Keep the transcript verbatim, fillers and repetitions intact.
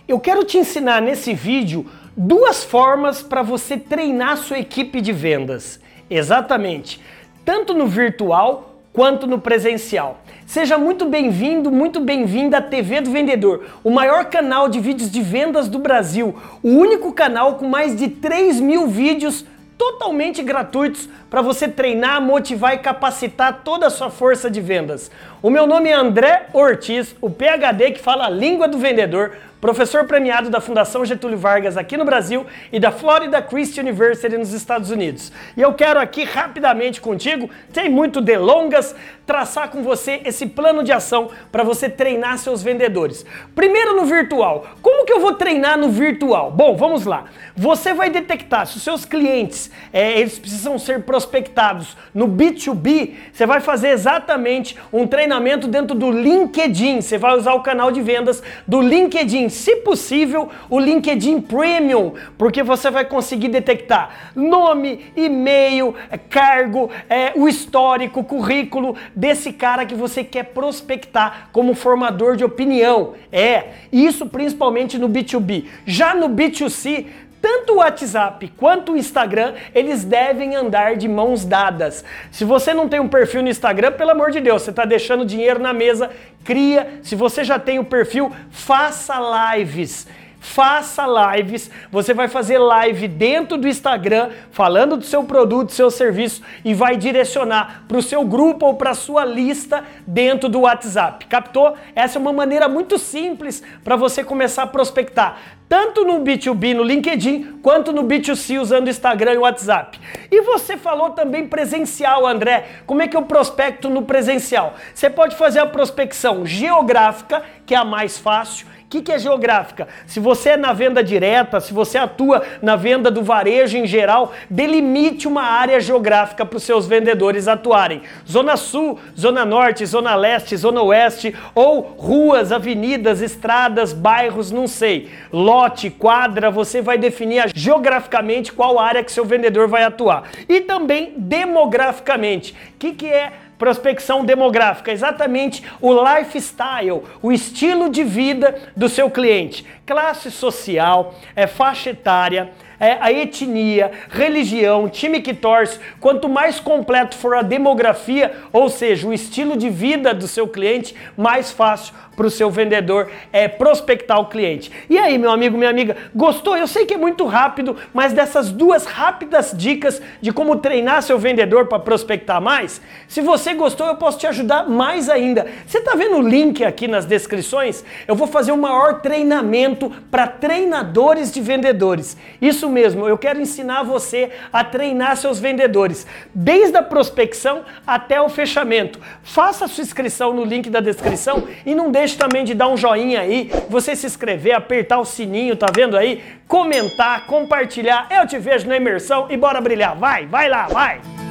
Eu quero te ensinar nesse vídeo duas formas para você treinar sua equipe de vendas. Exatamente, tanto no virtual quanto no presencial. Seja muito bem-vindo, muito bem-vinda à T V do Vendedor, o maior canal de vídeos de vendas do Brasil, o único canal com mais de três mil vídeos totalmente gratuitos para você treinar, motivar e capacitar toda a sua força de vendas. O meu nome é André Ortiz, o P H D que fala a língua do vendedor, professor premiado da Fundação Getúlio Vargas aqui no Brasil e da Florida Christian University nos Estados Unidos. E eu quero aqui rapidamente contigo, sem muito delongas, traçar com você esse plano de ação para você treinar seus vendedores. Primeiro no virtual. Como que eu vou treinar no virtual? Bom, vamos lá. Você vai detectar se os seus clientes é, eles precisam ser prospectados no B dois B, você vai fazer exatamente um treinamento dentro do LinkedIn. Você vai usar o canal de vendas do LinkedIn. Se possível, o LinkedIn Premium, porque você vai conseguir detectar nome, e-mail, cargo, é, o histórico, currículo desse cara que você quer prospectar como formador de opinião. É, isso principalmente no B dois B. Já no B dois C, tanto o WhatsApp quanto o Instagram, eles devem andar de mãos dadas. Se você não tem um perfil no Instagram, pelo amor de Deus, você está deixando dinheiro na mesa, cria. Se você já tem o perfil, faça lives. Faça lives, você vai fazer live dentro do Instagram, falando do seu produto, do seu serviço e vai direcionar para o seu grupo ou para a sua lista dentro do WhatsApp. Captou? Essa é uma maneira muito simples para você começar a prospectar, tanto no B dois B, no LinkedIn, quanto no B dois C usando o Instagram e o WhatsApp. E você falou também presencial, André. Como é que eu prospecto no presencial? Você pode fazer a prospecção geográfica, que é a mais fácil. O que, que é geográfica? Se você é na venda direta, se você atua na venda do varejo em geral, delimite uma área geográfica para os seus vendedores atuarem. Zona Sul, Zona Norte, Zona Leste, Zona Oeste, ou ruas, avenidas, estradas, bairros, não sei. Lote, quadra, você vai definir geograficamente qual área que seu vendedor vai atuar. E também demograficamente. O que, que é prospecção demográfica? Exatamente o lifestyle, o estilo de vida do seu cliente. Classe social, é, faixa etária, é, a etnia, religião, time que torce. Quanto mais completo for a demografia, ou seja, o estilo de vida do seu cliente, mais fácil para o seu vendedor é prospectar o cliente. E aí, meu amigo, minha amiga, gostou? Eu sei que é muito rápido, mas dessas duas rápidas dicas de como treinar seu vendedor para prospectar mais, se você gostou, eu posso te ajudar mais ainda. Você está vendo o link aqui nas descrições? Eu vou fazer o maior treinamento para treinadores de vendedores. Isso mesmo, eu quero ensinar você a treinar seus vendedores, desde a prospecção até o fechamento. Faça a sua inscrição no link da descrição e não deixe também de dar um joinha aí, você se inscrever, apertar o sininho, tá vendo aí? Comentar, compartilhar. Eu te vejo na imersão e bora brilhar. Vai, vai lá, vai!